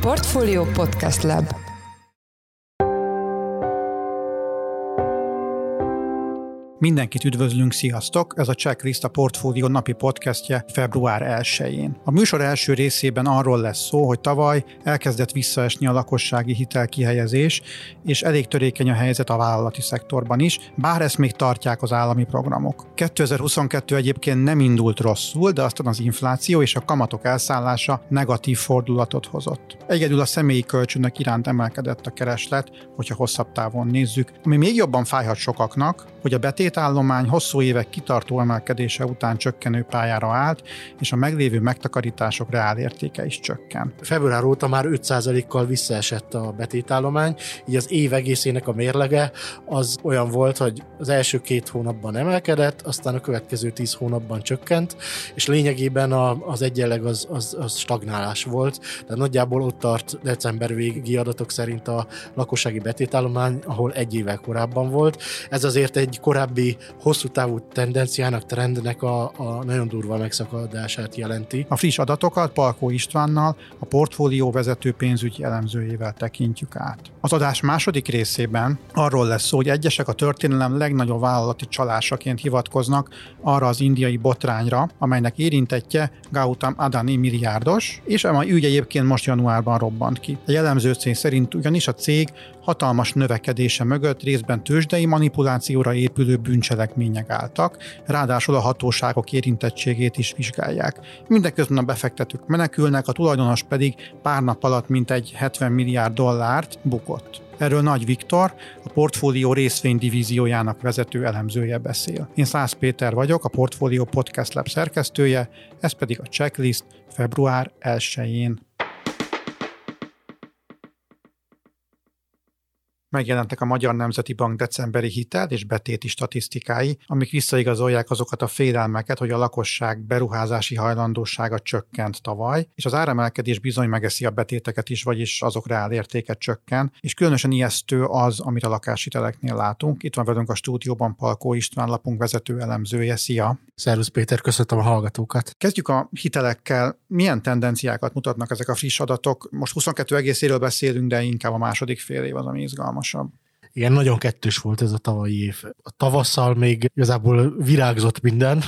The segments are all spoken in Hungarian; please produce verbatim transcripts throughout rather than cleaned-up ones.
Portfolio Podcast Lab. Mindenkit üdvözlünk, sziasztok! Ez a Checklist, a Portfolio napi podcastje február elsején. A műsor első részében arról lesz szó, hogy tavaly elkezdett visszaesni a lakossági hitelkihelyezés, és elég törékeny a helyzet a vállalati szektorban is, bár ezt még tartják az állami programok. kétezer-huszonkettő egyébként nem indult rosszul, de aztán az infláció és a kamatok elszállása negatív fordulatot hozott. Egyedül a személyi kölcsönök iránt emelkedett a kereslet, hogyha hosszabb távon nézzük, ami még jobban fájhat sokaknak, hogy a betétállomány hosszú évek kitartó emelkedése után csökkenő pályára állt, és a meglévő megtakarítások reálértéke is csökken. Február óta már öt százalékkal visszaesett a betétállomány, így az év egészének a mérlege az olyan volt, hogy az első két hónapban emelkedett, aztán a következő tíz hónapban csökkent, és lényegében a, az egyenleg az, az, az stagnálás volt, de nagyjából ott tart december végi adatok szerint a lakossági betétállomány, ahol egy évvel korábban volt. Ez azért egy korábbi hosszú távú tendenciának, trendnek a, a nagyon durva megszakadását jelenti. A friss adatokat Palkó Istvánnal, a Portfólió vezető pénzügyi elemzőjével tekintjük át. Az adás második részében arról lesz szó, hogy egyesek a történelem legnagyobb vállalati csalásaként hivatkoznak arra az indiai botrányra, amelynek érintettje Gautam Adani milliárdos, és a ügy egyébként most januárban robbant ki. A jellemző cég szerint ugyanis a cég hatalmas növekedése mögött részben tőzsdei manipulációra épülő bűncselekmények álltak, ráadásul a hatóságok érintettségét is vizsgálják. Mindeközben a befektetők menekülnek, a tulajdonos pedig pár nap alatt mintegy hetven milliárd dollárt bukott. Erről Nagy Viktor, a Portfólió részvénydivíziójának vezető elemzője beszél. Én Szász Péter vagyok, a Portfólió Podcast Lab szerkesztője, ez pedig a Checklist február elsején. Megjelentek a Magyar Nemzeti Bank decemberi hitel és betéti statisztikái, amik visszaigazolják azokat a félelmeket, hogy a lakosság beruházási hajlandósága csökkent tavaly, és az áremelkedés bizony megeszi a betéteket is, vagyis azok reálértéke csökken, és különösen ijesztő az, amit a lakáshiteleknél látunk. Itt van velünk a stúdióban Palkó István, lapunk vezető elemzője. Szia! Szervusz Péter, köszöntöm a hallgatókat! Kezdjük a hitelekkel. Milyen tendenciákat mutatnak ezek a friss adatok? Most huszonkettő egészéről beszélünk, de inkább a második fél év az, ami izgalmas. Igen, nagyon kettős volt ez a tavalyi év. A tavasszal még igazából virágzott minden.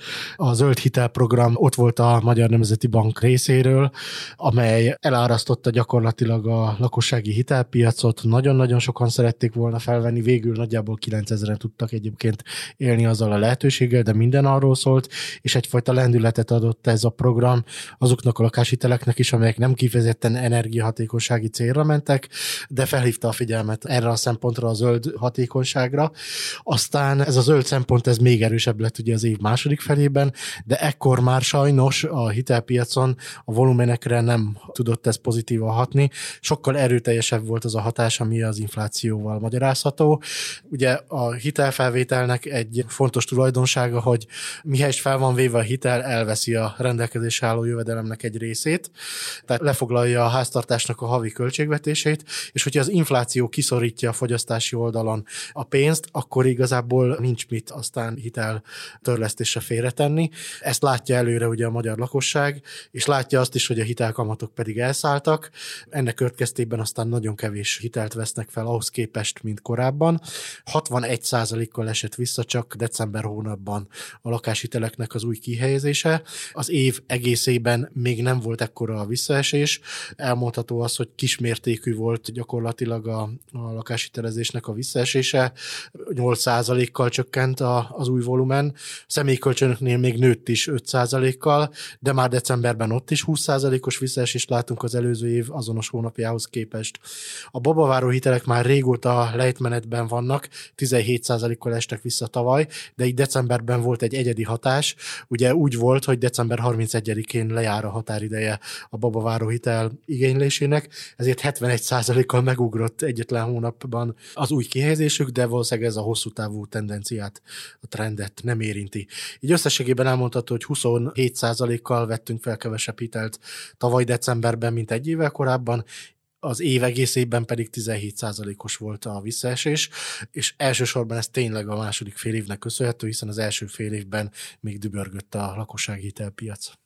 A zöld hitelprogram ott volt a Magyar Nemzeti Bank részéről, amely elárasztotta gyakorlatilag a lakossági hitelpiacot. Nagyon-nagyon sokan szerették volna felvenni, végül nagyjából kilencezren tudtak egyébként élni azzal a lehetőséggel, de minden arról szólt, és egyfajta lendületet adott ez a program azoknak a lakáshiteleknek is, amelyek nem kifejezetten energiahatékonysági célra mentek, de felhívta a figyelmet erre a szempontra, a zöld hatékonyságra. Aztán ez a zöld szempont ez még erősebb lett ugye az év második felében, de ekkor már sajnos a hitelpiacon a volumenekre nem tudott ez pozitívan hatni. Sokkal erőteljesebb volt az a hatás, ami az inflációval magyarázható. Ugye a hitelfelvételnek egy fontos tulajdonsága, hogy mihelyest fel van véve a hitel, elveszi a rendelkezésre álló jövedelemnek egy részét, tehát lefoglalja a háztartásnak a havi költségvetését, és hogyha az infláció kiszorítja a fogyasztási oldalon a pénzt, akkor igazából nincs mit aztán hitel törlesztésre félretenni. Ezt látja előre ugye a magyar lakosság, és látja azt is, hogy a hitelkamatok pedig elszálltak. Ennek következtében aztán nagyon kevés hitelt vesznek fel ahhoz képest, mint korábban. hatvanegy százalékkal esett vissza csak december hónapban a lakáshiteleknek az új kihelyezése. Az év egészében még nem volt ekkora a visszaesés. Elmondható az, hogy kismértékű volt gyakorlatilag a, a lakáshitelezésnek a visszaesése, nyolc százalékkal csökkent a, az új volumen. Személykölcsönöknél még nőtt is öt százalékkal, de már decemberben ott is húsz százalékos visszaesést látunk az előző év azonos hónapjához képest. A babaváró hitelek már régóta lejtmenetben vannak, tizenhét százalékkal estek vissza tavaly, de így decemberben volt egy egyedi hatás. Ugye úgy volt, hogy december harmincegyedikén lejár a határideje a babaváró hitel igénylésének, ezért hetvenegy százalékkal megugrott egyetlen hónapban az új kihelyezésük, de valószínűleg ez a hosszú távú tendenciát, a trendet nem érinti. Így összességében elmondható, hogy huszonhét százalékkal vettünk fel kevesebb hitelt tavaly decemberben, mint egy évvel korábban, az év egészében pedig tizenhét százalékos volt a visszaesés, és elsősorban ez tényleg a második fél évnek köszönhető, hiszen az első fél évben még dübörgött a lakossági hitelpiac.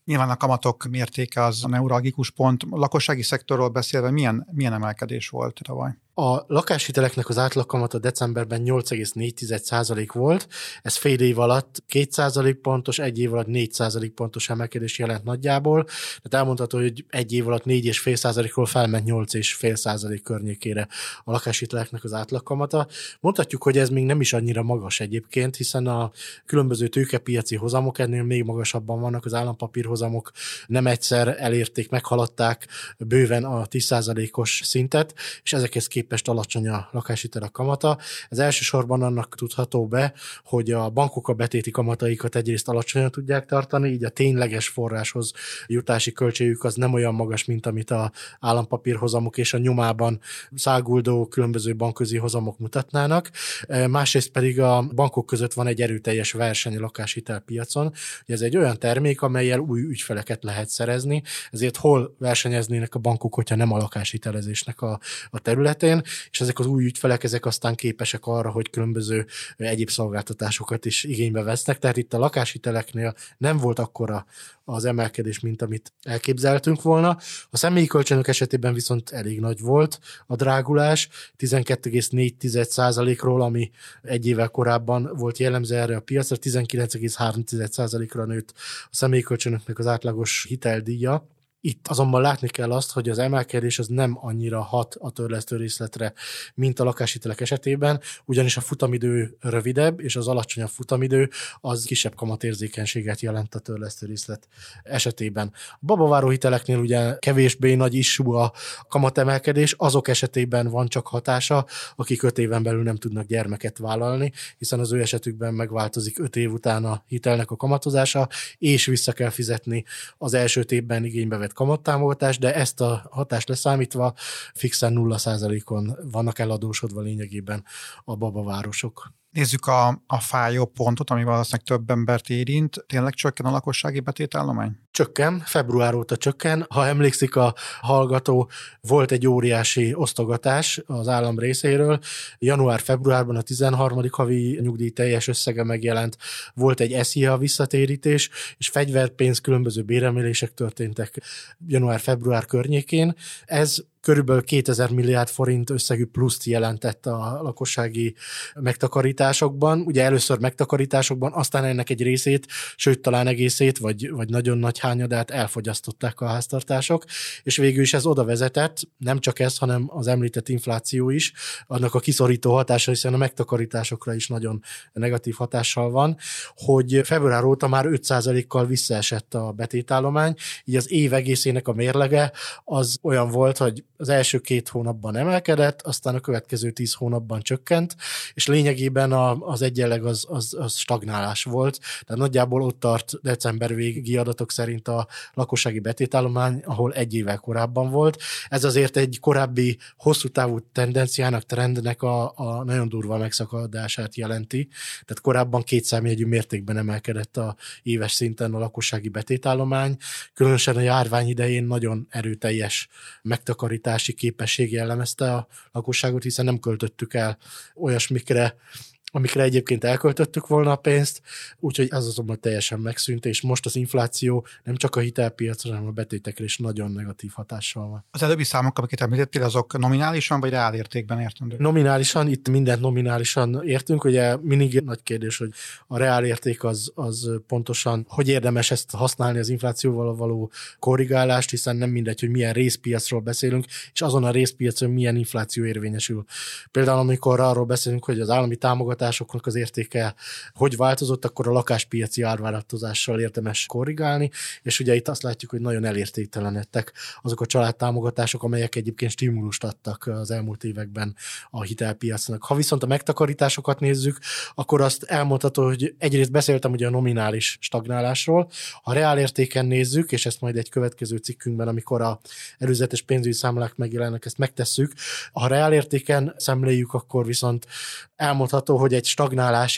Nyilván a kamatok mértéke az a neuralgikus pont. A lakossági szektorról beszélve milyen, milyen emelkedés volt tavaly? A lakáshiteleknek az átlagkamata decemberben nyolc egész négy százalék volt, ez fél év alatt két százalék pontos, egy év alatt négy százalék pontos emelkedés jelent nagyjából, tehát elmondható, hogy egy év alatt négy egész öt százalékról felment nyolc egész öt százalék környékére a lakáshiteleknek az átlagkamata. Mondhatjuk, hogy ez még nem is annyira magas egyébként, hiszen a különböző tőkepiaci hozamok ennél még magasabban vannak, az állampapírhozamok nem egyszer elérték, meghaladták bőven a tíz százalékos szintet, és ezekhez képest alacsony a lakáshitelek kamata. Ez elsősorban annak tudható be, hogy a bankok a betéti kamataikat egyrészt alacsonyan tudják tartani, így a tényleges forráshoz jutási költségük az nem olyan magas, mint amit az állampapírhozamok és a nyomában száguldó különböző bankközi hozamok mutatnának. Másrészt pedig a bankok között van egy erőteljes verseny a lakáshitelpiacon. Ez egy olyan termék, amellyel új ügyfeleket lehet szerezni, ezért hol versenyeznének a bankok, hogyha nem a lakáshitelezésnek a, a területén, és ezek az új ügyfelek, ezek aztán képesek arra, hogy különböző egyéb szolgáltatásokat is igénybe vesznek, tehát itt a lakáshiteleknél nem volt akkora az emelkedés, mint amit elképzeltünk volna. A személyi kölcsönök esetében viszont elég nagy volt a drágulás, tizenkét egész négy százalékról, ami egy évvel korábban volt jellemző erre a piacra, tizenkilenc egész három százalékra nőtt a személyi kölcsönöknek az átlagos hiteldíja. Itt azonban látni kell azt, hogy az emelkedés az nem annyira hat a törlesztő részletre, mint a lakáshitelek esetében, ugyanis a futamidő rövidebb, és az alacsonyabb futamidő az kisebb kamatérzékenységet jelent a törlesztő részlet esetében. A babaváró hiteleknél ugye kevésbé nagy issú a kamatemelkedés, azok esetében van csak hatása, akik öt éven belül nem tudnak gyermeket vállalni, hiszen az ő esetükben megváltozik öt év után a hitelnek a kamatozása, és vissza kell fizetni az első évben igénybe vett kamattámogatás, de ezt a hatást leszámítva fixen nulla százalékon vannak eladósodva lényegében a babavárosok. Nézzük a, a fájó pontot, ami valószínűleg több embert érint. Tényleg csökken a lakossági betétállomány? Csökken, február óta csökken. Ha emlékszik a hallgató, volt egy óriási osztogatás az állam részéről. Január-februárban a tizenharmadik havi nyugdíj teljes összege megjelent, volt egy es zé á visszatérítés, és fegyverpénz különböző béremelések történtek január-február környékén. Ez körülbelül kétezer milliárd forint összegű pluszt jelentett a lakossági megtakarításokban. Ugye először megtakarításokban, aztán ennek egy részét, sőt talán egészét, vagy, vagy nagyon nagy hányadát elfogyasztották a háztartások, és végül is ez oda vezetett, nem csak ez, hanem az említett infláció is, annak a kiszorító hatása, hiszen a megtakarításokra is nagyon negatív hatással van, hogy február óta már öt százalékkal visszaesett a betétállomány, így az év egészének a mérlege az olyan volt, hogy az első két hónapban emelkedett, aztán a következő tíz hónapban csökkent, és lényegében a, az egyenleg az, az, az stagnálás volt. Tehát nagyjából ott tart december végi adatok szerint a lakossági betétállomány, ahol egy évvel korábban volt. Ez azért egy korábbi hosszú távú tendenciának, trendnek a, a nagyon durva megszakadását jelenti. Tehát korábban kétszámjegyű mértékben emelkedett a éves szinten a lakossági betétállomány. Különösen a járvány idején nagyon erőteljes megtakarítási képesség jellemezte a lakosságot, hiszen nem költöttük el olyasmikre, amikre egyébként elköltöttük volna a pénzt, úgyhogy ez azonban teljesen megszűnt, és most az infláció nem csak a hitelpiacra, hanem a betétekre is nagyon negatív hatással van. Az előbbi számok, amiket említettél, azok nominálisan vagy reálértékben értendő? Nominálisan, itt mindent nominálisan értünk, ugye mindig nagy kérdés, hogy a reálérték az, az pontosan, hogy érdemes ezt használni az inflációval való korrigálást, hiszen nem mindegy, hogy milyen részpiacról beszélünk, és azon a részpiacon milyen infláció érvényesül. Például amikor arról beszélünk, hogy az állami támogatás az értéke hogy változott, akkor a lakáspiaci árváltozással érdemes korrigálni, és ugye itt azt látjuk, hogy nagyon elértéktelenedtek azok a családtámogatások, amelyek egyébként stimulust adtak az elmúlt években a hitelpiacnak. Ha viszont a megtakarításokat nézzük, akkor azt elmondható, hogy egyrészt beszéltem ugye a nominális stagnálásról, ha reálértéken nézzük, és ezt majd egy következő cikkünkben, amikor a előzetes pénzügyi számlák megjelennek, ezt megtesszük, ha reálértéken szemléljük, akkor viszont elmondható, hogy egy stagnálás is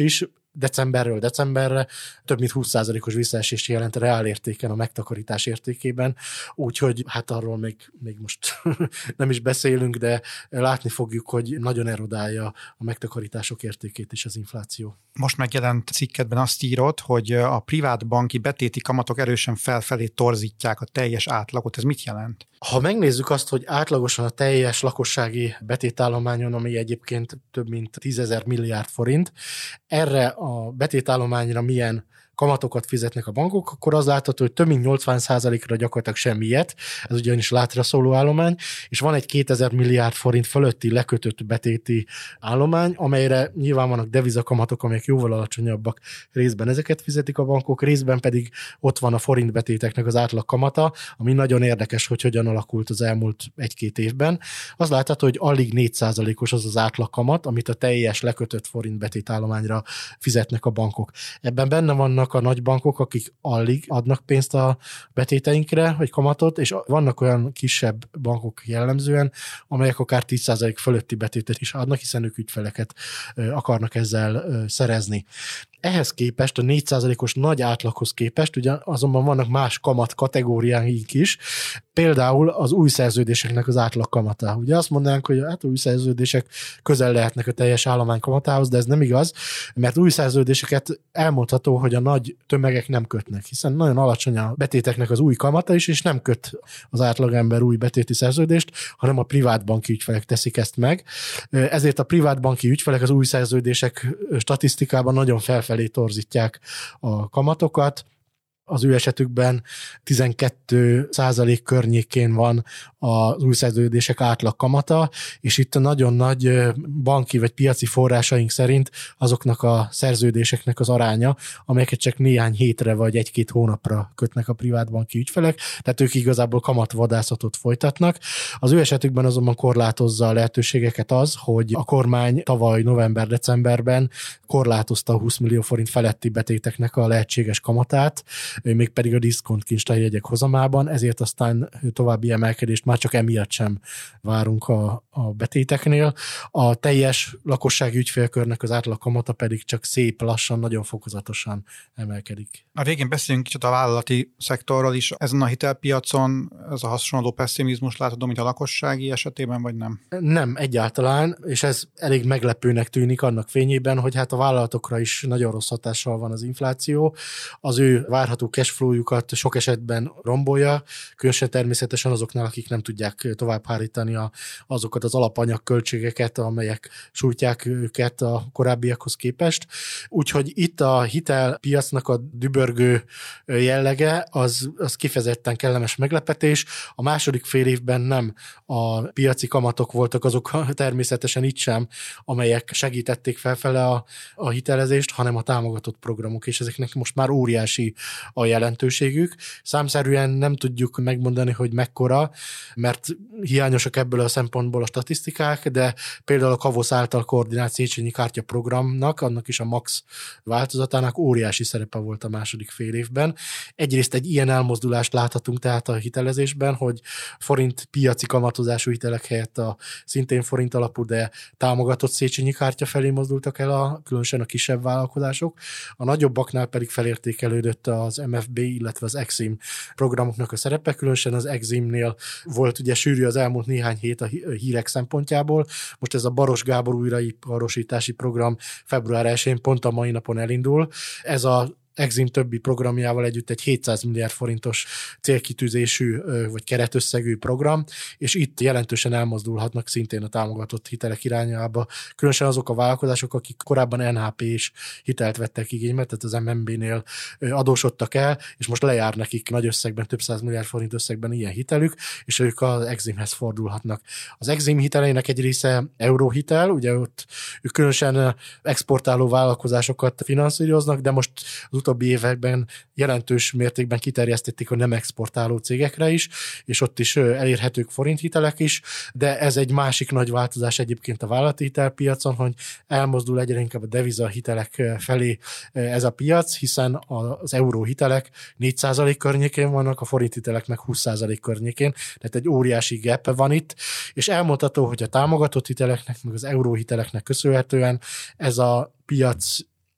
decemberről decemberre több mint húsz százalékos visszaesést jelent a reálértéken, a megtakarítás értékében, úgyhogy hát arról még, még most nem is beszélünk, de látni fogjuk, hogy nagyon erodálja a megtakarítások értékét is az infláció. Most megjelent cikkedben azt írod, hogy a privát banki betéti kamatok erősen felfelé torzítják a teljes átlagot. Ez mit jelent? Ha megnézzük azt, hogy átlagosan a teljes lakossági betétállományon, ami egyébként több mint tízezer milliárd forint, erre a betétállományra milyen kamatokat fizetnek a bankok, akkor az látható, hogy több mint nyolcvan százalékra gyakorlatilag semmiet, ez ugyanis látra szóló állomány, és van egy kétezer milliárd forint fölötti lekötött betéti állomány, amelyre nyilván vannak devizakamatok, amelyek jóval alacsonyabbak, részben ezeket fizetik a bankok, részben pedig ott van a forint betéteknek az átlag kamata, ami nagyon érdekes, hogy hogyan alakult az elmúlt egy-két évben. Az látható, hogy alig négy százalékos az az átlag kamat, amit a teljes lekötött forint betétállományra fizetnek a bankok. Ebben benne vannak a nagy bankok, akik alig adnak pénzt a betéteinkre, vagy kamatot, és vannak olyan kisebb bankok jellemzően, amelyek akár tíz százalék fölötti betétet is adnak, hiszen ők ügyfeleket akarnak ezzel szerezni. Ehhez képest, a négy százalékos nagy átlaghoz képest, ugye azonban vannak más kamat kategóriáink is, például az új szerződéseknek az átlag kamata. Ugye azt mondanánk, hogy hát új szerződések közel lehetnek a teljes állomány kamatához, de ez nem igaz, mert új szerződéseket elmondható, hogy a nagy tömegek nem kötnek, hiszen nagyon alacsony a betéteknek az új kamata is, és nem köt az átlagember új betéti szerződést, hanem a privátbanki ügyfelek teszik ezt meg. Ezért a privátbanki ügyfelek az új szerződések statisztikában nagyon felfelé torzítják a kamatokat. Az ő esetükben tizenkét százalék környékén van az új szerződések átlag kamata, és itt a nagyon nagy banki vagy piaci forrásaink szerint azoknak a szerződéseknek az aránya, amelyeket csak néhány hétre vagy egy-két hónapra kötnek a privátbanki ügyfelek, tehát ők igazából kamatvadászatot folytatnak. Az ő esetükben azonban korlátozza a lehetőségeket az, hogy a kormány tavaly november-decemberben korlátozta a húsz millió forint feletti betéteknek a lehetséges kamatát, mégpedig a diszkont kincstárjegyek hozamában, ezért aztán további emelkedést már csak emiatt sem várunk a, a betéteknél. A teljes lakossági ügyfélkörnek az átlag kamata pedig csak szép lassan, nagyon fokozatosan emelkedik. A végén beszéljünk kicsit a vállalati szektorról is. Ezen a hitelpiacon ez a hasonló pessimizmus látható, mint a lakossági esetében, vagy nem? Nem, egyáltalán, és ez elég meglepőnek tűnik annak fényében, hogy hát a vállalatokra is nagyon rossz hatással van az infláció. Az ő várható cashflow-jukat sok esetben rombolja, különösen természetesen azoknál, akik nem tudják tovább hárítani a, azokat az alapanyagköltségeket, amelyek sújtják őket a korábbiakhoz képest. Úgyhogy itt a hitelpiacnak a dübörgő jellege az, az kifejezetten kellemes meglepetés. A második fél évben nem a piaci kamatok voltak azok természetesen itt sem, amelyek segítették felfele a, a hitelezést, hanem a támogatott programok, és ezeknek most már óriási a jelentőségük. Számszerűen nem tudjuk megmondani, hogy mekkora, mert hiányosak ebből a szempontból a statisztikák, de például a Kavosz által koordinált Széchenyi kártya programnak, annak is a Max változatának óriási szerepe volt a második fél évben. Egyrészt egy ilyen elmozdulást láthatunk tehát a hitelezésben, hogy forint piaci kamatozású hitelek helyett a szintén forint alapú, de támogatott Széchenyi kártya felé mozdultak el a, különösen a kisebb vállalkozások. A nagyobbaknál pedig felértékelődött az em ef bé, illetve az Exim programoknak a szerepe, különösen az Eximnél volt ugye sűrű az elmúlt néhány hét a hírek szempontjából. Most ez a Baros Gábor újraiparosítási program február elsején pont a mai napon elindul. Ez a Exim többi programjával együtt egy hétszáz milliárd forintos célkitűzésű vagy keretösszegű program, és itt jelentősen elmozdulhatnak szintén a támogatott hitelek irányába. Különösen azok a vállalkozások, akik korábban en há pé-s hitelt vettek igénybe, tehát az em en bé-nél adósodtak el, és most lejár nekik nagy összegben, több száz milliárd forint összegben ilyen hitelük, és ők az Eximhez fordulhatnak. Az Exim hiteleinek egy része euróhitel, ugye ott ők különösen exportáló vállalkozásokat finanszíroznak, de most az utóbbi években jelentős mértékben kiterjesztették a nem exportáló cégekre is, és ott is elérhetők forinthitelek is, de ez egy másik nagy változás egyébként a vállalati hitelpiacon, hogy elmozdul egyre inkább a devizahitelek felé ez a piac, hiszen az euróhitelek négy százalék környékén vannak, a forinthitelek meg húsz százalék környékén, tehát egy óriási gap van itt, és elmondható, hogy a támogatott hiteleknek, meg az euróhiteleknek köszönhetően ez a piac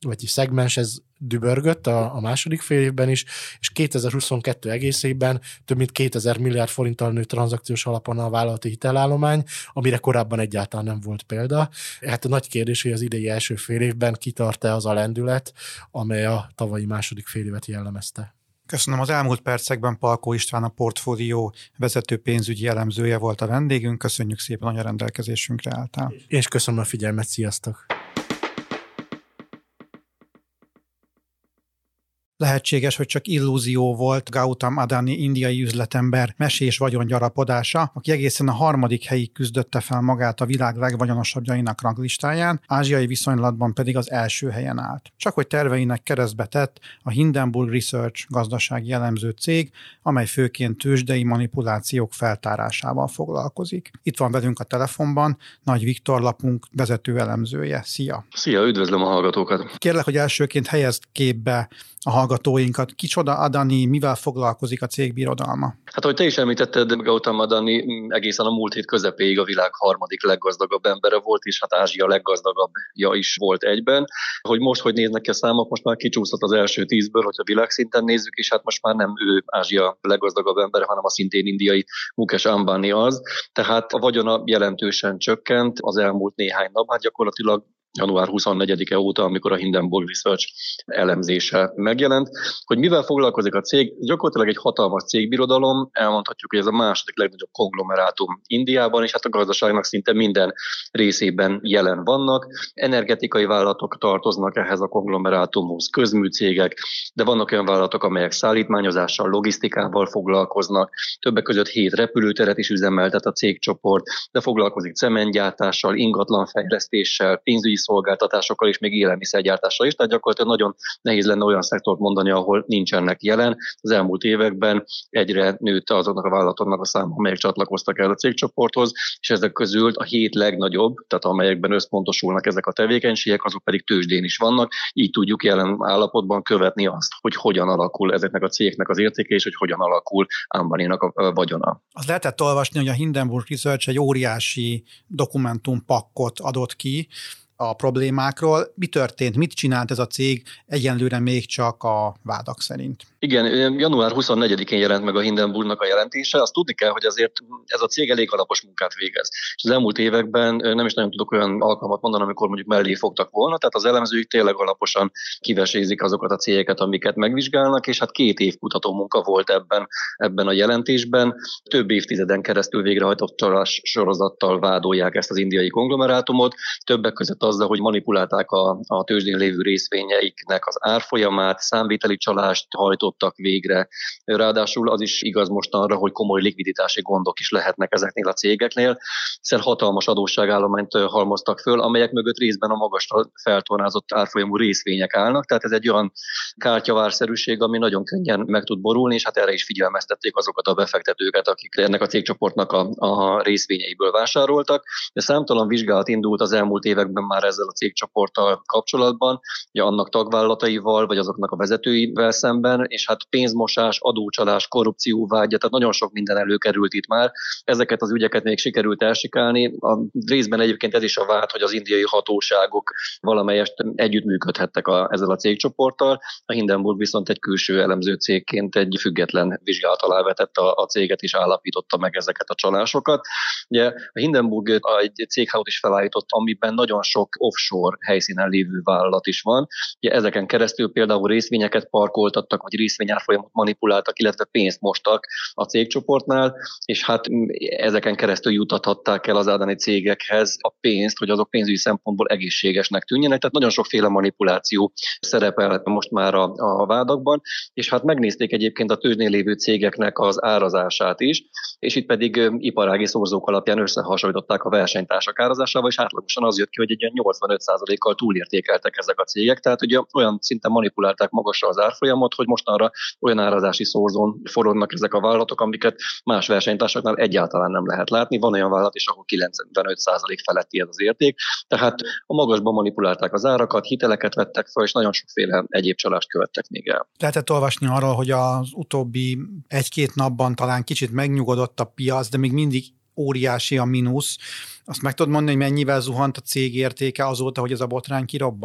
vagy szegmens, ez dübörgött a, a második fél évben is, és kétezer-huszonkettő egészében több mint kétezer milliárd forinttal nőtt tranzakciós alapon a vállalati hitelállomány, amire korábban egyáltalán nem volt példa. Hát a nagy kérdés, hogy az idei első fél évben kitart-e az a lendület, amely a tavalyi második fél évet jellemezte. Köszönöm. Az elmúlt percekben Palkó István, a portfólió vezető pénzügyi elemzője volt a vendégünk. Köszönjük szépen, hogy a rendelkezésünkre álltál. És köszönöm a figyelmet, sziasztok! Lehetséges, hogy csak illúzió volt Gautam Adani indiai üzletember mesés vagyongyarapodása, aki egészen a harmadik helyig küzdötte fel magát a világ legvagyonosabbjainak ranglistáján, ázsiai viszonylatban pedig az első helyen állt. Csak hogy terveinek keresztbe tett a Hindenburg Research gazdasági elemző cég, amely főként tőzsdei manipulációk feltárásával foglalkozik. Itt van velünk a telefonban Nagy Viktor, lapunk vezető elemzője. Szia! Szia, üdvözlöm a hallgatókat! Kérlek, hogy elsőként helyezd képbe a hallgatóinkat. Kicsoda Adani, mivel foglalkozik a cég birodalma? Hát, ahogy te is említetted, Gautam Adani egészen a múlt hét közepéig a világ harmadik leggazdagabb embere volt, és hát Ázsia leggazdagabbja is volt egyben. Hogy most, hogy néznek ki a számok, most már kicsúszott az első tízből, hogyha világszinten nézzük, és hát most már nem ő Ázsia leggazdagabb embere, hanem a szintén indiai Mukesh Ambani az. Tehát a vagyona jelentősen csökkent az elmúlt néhány nap, hát gyakorlatilag január huszonnegyedike óta, amikor a Hindenburg Research elemzése megjelent. Hogy mivel foglalkozik a cég, gyakorlatilag egy hatalmas cégbirodalom, elmondhatjuk, hogy ez a második legnagyobb konglomerátum Indiában, és hát a gazdaságnak szinte minden részében jelen vannak. Energetikai vállalatok tartoznak ehhez a konglomerátumhoz, közműcégek, de vannak olyan vállalatok, amelyek szállítmányozással, logisztikával foglalkoznak, többek között hét repülőteret is üzemeltet a cégcsoport, de foglalkozik cementgyártással, ingatlanfejlesztéssel, pénzügyi szolgáltatásokkal és még élelmiszergyártással is, tehát gyakorlatilag nagyon nehéz lenne olyan szektort mondani, ahol nincsenek jelen. Az elmúlt években egyre nőtt azoknak a vállalatoknak a száma, amelyek csatlakoztak el a cégcsoporthoz, és ezek közül a hét legnagyobb, tehát amelyekben összpontosulnak ezek a tevékenységek, azok pedig tőzsdén is vannak, így tudjuk jelen állapotban követni azt, hogy hogyan alakul ezeknek a cégeknek az értéke, és hogy hogyan alakul Ambaninak a vagyona. Az lehetett olvasni, hogy a Hindenburg Research egy óriási dokumentumpakkot adott ki a problémákról. Mi történt, mit csinált ez a cég egyenlőre még csak a vádak szerint? Igen, január huszonnegyedikén jelent meg a Hindenburgnak a jelentése. Azt tudni kell, hogy azért ez a cég elég alapos munkát végez. És az elmúlt években nem is nagyon tudok olyan alkalmat mondani, amikor mondjuk mellé fogtak volna, tehát az elemzőik tényleg alaposan kivesézik azokat a cégeket, amiket megvizsgálnak, és hát két év kutató munka volt ebben, ebben a jelentésben. Több évtizeden keresztül végrehajtott csalás sorozattal vádolják ezt az indiai konglomerátumot, többek között azzal, hogy manipulálták a, a tőzsdén lévő részvényeiknek az árfolyamát, számviteli csalást hajtottak végre. Ráadásul az is igaz mostanra, hogy komoly likviditási gondok is lehetnek ezeknél a cégeknél, hiszen hatalmas adósságállományt halmoztak föl, amelyek mögött részben a magasra feltornázott árfolyamú részvények állnak, tehát ez egy olyan kártyavárszerűség, ami nagyon könnyen meg tud borulni, és hát erre is figyelmeztették azokat a befektetőket, akik ennek a cégcsoportnak a, a részvényeiből vásároltak. De számtalan vizsgálat indult az elmúlt években már ezzel a cégcsoporttal kapcsolatban, ugye annak tagvállalataival, vagy azoknak a vezetőivel szemben, és hát pénzmosás, adócsalás, korrupció vágya, tehát nagyon sok minden előkerült itt már. Ezeket az ügyeket még sikerült elsikálni. A részben egyébként ez is a vád, hogy az indiai hatóságok valamelyest együttműködhettek a, ezzel a cégcsoporttal. A Hindenburg viszont egy külső elemző cégként egy független vizsgálat alá vetett a, a céget, és állapította meg ezeket a csalásokat. Ugye a Hindenburg egy céghouse-t is felállított, amiben nagyon sok offshore helyszínen lévő vállalat is van. Ugye ezeken keresztül például részvényeket parkoltattak, vagy részvényárfolyamot manipuláltak, illetve pénzt mostak a cégcsoportnál, és hát ezeken keresztül jutathatták el az Adani cégekhez a pénzt, hogy azok pénzügyi szempontból egészségesnek tűnjenek. Tehát nagyon sokféle manipuláció szerepel most már a, a vádakban, és hát megnézték egyébként a tőzsdén lévő cégeknek az árazását is, és itt pedig iparági szorzók alapján összehasonlították a versenytársak árazásával, és átlagosan az jött ki, hogy egy ilyen nyolcvanöt százalékkal túlértékeltek ezek a cégek, tehát ugye olyan szinten manipulálták magasra az árfolyamot, hogy mostanra olyan árazási szorzón forognak ezek a vállalatok, amiket más versenytársaknál egyáltalán nem lehet látni. Van olyan vállalat is, ahol kilencvenöt százalék feletti ez az érték, tehát a magasban manipulálták az árakat, hiteleket vettek fel, és nagyon sokféle egyéb csalást követtek még el. Lehetett olvasni arról, hogy az utóbbi egy-két napban talán kicsit megnyugodott a piac, de még mindig óriási a mínusz. Azt meg tudod mondani, hogy mennyivel zuhant a cég értéke azóta, hogy ez a botrány kirobbant?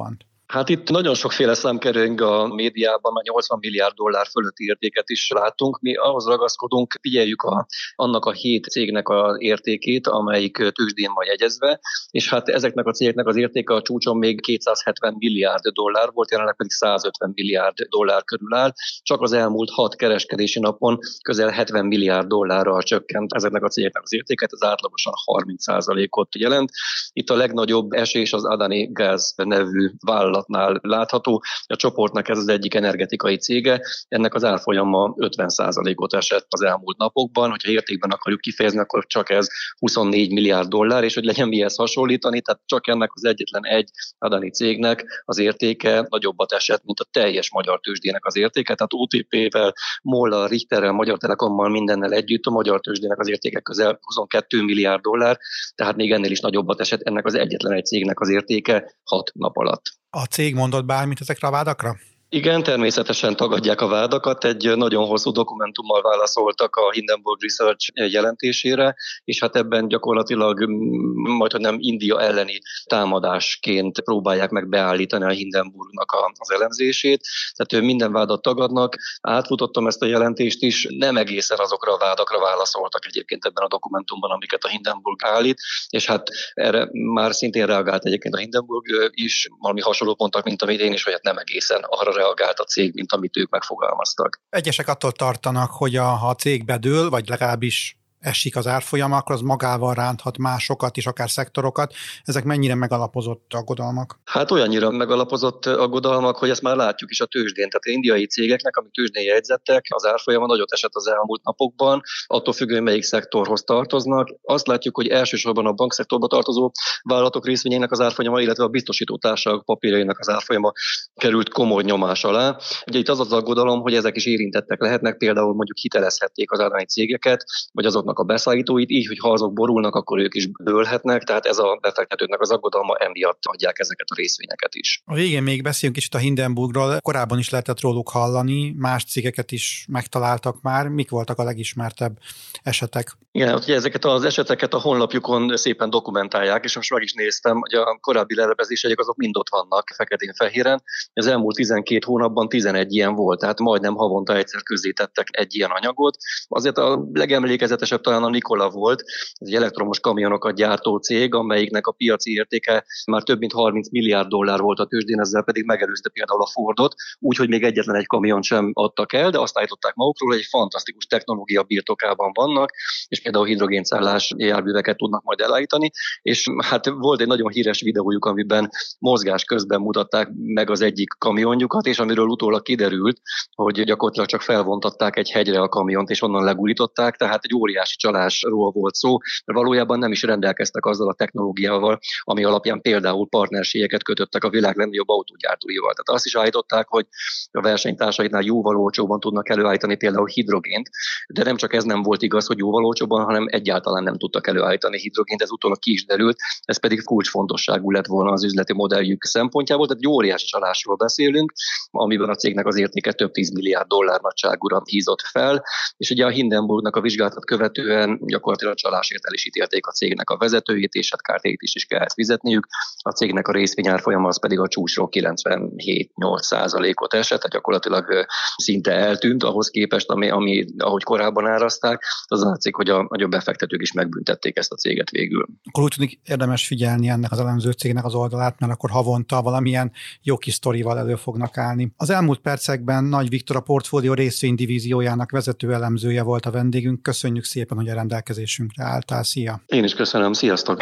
Hát itt nagyon sokféle szám kerünk a médiában, már nyolcvan milliárd dollár fölötti értéket is látunk. Mi ahhoz ragaszkodunk, figyeljük a, annak a hét cégnek az értékét, amelyik tőzsdén van jegyezve, és hát ezeknek a cégeknek az értéke a csúcson még kétszázhetven milliárd dollár volt, jelenleg pedig százötven milliárd dollár körül áll. Csak az elmúlt hat kereskedési napon közel hetven milliárd dollárral csökkent ezeknek a cégeknek az értéket, ez átlagosan harminc százalékot jelent. Itt a legnagyobb esés az Adani Gas nevű vállalatnál látható. A csoportnak ez az egyik energetikai cége, ennek az árfolyama ötven százalékot esett az elmúlt napokban, hogyha értékben akarjuk kifejezni, akkor csak ez huszonnégy milliárd dollár, és hogy legyen mihez hasonlítani, tehát csak ennek az egyetlen egy Adani cégnek az értéke nagyobbat esett, mint a teljes magyar tőzsdének az értéke, tehát o té pé-vel, MOL-al, Richterrel, Magyar Telekommal, mindennel együtt a magyar tőzsdének az értéke közel huszonkettő milliárd dollár, tehát még ennél is nagyobbat esett ennek az egyetlen egy cégnek az értéke hat nap alatt. A cég mondott bármit ezekre a vádakra? Igen, természetesen tagadják a vádakat. Egy nagyon hosszú dokumentummal válaszoltak a Hindenburg Research jelentésére, és hát ebben gyakorlatilag majdhogy nem India elleni támadásként próbálják meg beállítani a Hindenburgnak az elemzését. Tehát minden vádat tagadnak. Átfutottam ezt a jelentést is, nem egészen azokra a vádakra válaszoltak egyébként ebben a dokumentumban, amiket a Hindenburg állít, és hát erre már szintén reagált egyébként a Hindenburg is, valami hasonlót mondtak, mint amit én is, hogy hát nem egészen arra reagált a cég, mint amit ők megfogalmaztak. Egyesek attól tartanak, hogy a, ha a cég bedől, vagy legalábbis esik az árfolyama, akkor az magával ránthat másokat is, akár szektorokat. Ezek mennyire megalapozott aggodalmak? Hát olyannyira megalapozott aggodalmak, hogy ezt már látjuk is a tőzsdén. Tehát az indiai cégeknek, amik tőzsdén jegyzettek, az árfolyama nagyot esett az elmúlt napokban, attól függően melyik szektorhoz tartoznak. Azt látjuk, hogy elsősorban a bankszektorba tartozó vállalatok részvényeinek az árfolyama, illetve a biztosítótársaságok papírjainak az árfolyama került komoly nyomás alá. Ugye itt az az aggodalom, hogy ezek is érintettek lehetnek, például mondjuk hitelezhették az állami cégeket, vagy azok a beszállítóit, így, hogy ha azok borulnak, akkor ők is dőlhetnek, tehát ez a befektetőknek az aggodalma, emiatt adják ezeket a részvényeket is. A végén még beszéljünk kicsit a Hindenburgról, korábban is lehetett róluk hallani, más cégeket is megtaláltak már, mik voltak a legismertebb esetek? Igen, ugye ezeket az eseteket a honlapjukon szépen dokumentálják, és most meg is néztem, hogy a korábbi leleplezések azok mind ott vannak feketén-fehéren. Az elmúlt tizenkét hónapban tizenegy ilyen volt, tehát majdnem havonta egyszer közzétettek egy ilyen anyagot. Azért a legemlékezetesebb talán a Nikola volt, ez egy elektromos kamionokat gyártó cég, amelyiknek a piaci értéke már több mint harminc milliárd dollár volt a tőzsdén, ezzel pedig megelőzte például a Fordot, úgyhogy még egyetlen egy kamion sem adtak el, de azt állították magukról, hogy egy fantasztikus technológia birtokában vannak, és például hidrogénszállás járműveket tudnak majd elállítani, és hát volt egy nagyon híres videójuk, amiben mozgás közben mutatták meg az egyik kamionjukat, és amiről utólag kiderült, hogy gyakorlatilag csak felvontatták egy hegyre a kamiont, és onnan legurították, tehát egy óriási csalásról volt szó, mert valójában nem is rendelkeztek azzal a technológiával, ami alapján például partnerségeket kötöttek a világ legnagyobb autógyártóival. Tehát azt is állították, hogy a versenytársaiknál jóval olcsóban tudnak előállítani például hidrogént, de nem csak ez nem volt igaz, hogy jóval olcsóban, hanem egyáltalán nem tudtak előállítani hidrogént, ez utólag ki is derült, ez pedig kulcsfontosságú lett volna az üzleti modelljük szempontjából, tehát egy óriási csalásról beszélünk, amiben a cégnek az értéke több tíz milliárd dollár nagyságúra hízott fel, és ugye a Hindenburgnak a vizsgálatot követően gyakorlatilag csalásért el is ítélték a cégnek a vezetőjét, és hát kártérítést is kellett fizetniük. A cégnek a részvényárfolyama az pedig a csúcsról kilencvenhét-nyolc százalékot esett, tehát gyakorlatilag szinte eltűnt ahhoz képest, ami, ami ahogy korábban árazták. Az látszik, hogy a, hogy a befektetők is megbüntették ezt a céget végül. Akkor úgy tűnik érdemes figyelni ennek az elemző cégnek az oldalát, mert akkor havonta valamilyen jó kis sztorival elő fognak állni. Az elmúlt percekben Nagy Viktor, a portfólió részvénydivíziójának vezető elemzője volt a vendégünk. Köszönjük szépen, hogy a rendelkezésünkre álltál. Szia! Én is köszönöm, sziasztok!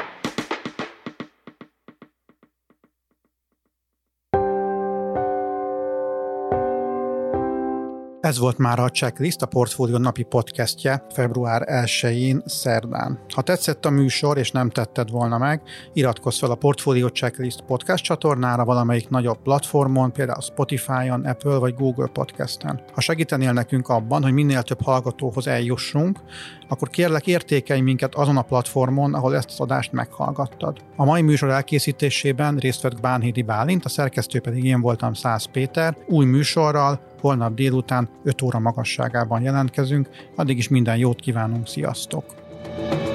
Ez volt már a Checklist, a Portfólió napi podcastje február elsején szerdán. Ha tetszett a műsor és nem tetted volna meg, iratkozz fel a Portfólió Checklist podcast csatornára valamelyik nagyobb platformon, például Spotify-on, Apple vagy Google Podcasten. Ha segítenél nekünk abban, hogy minél több hallgatóhoz eljussunk, akkor kérlek értékelj minket azon a platformon, ahol ezt az adást meghallgattad. A mai műsor elkészítésében részt vett Bánhidi Bálint, a szerkesztő pedig én voltam Szász Péter. Új műsorral holnap délután öt óra magasságában jelentkezünk. Addig is minden jót kívánunk, sziasztok!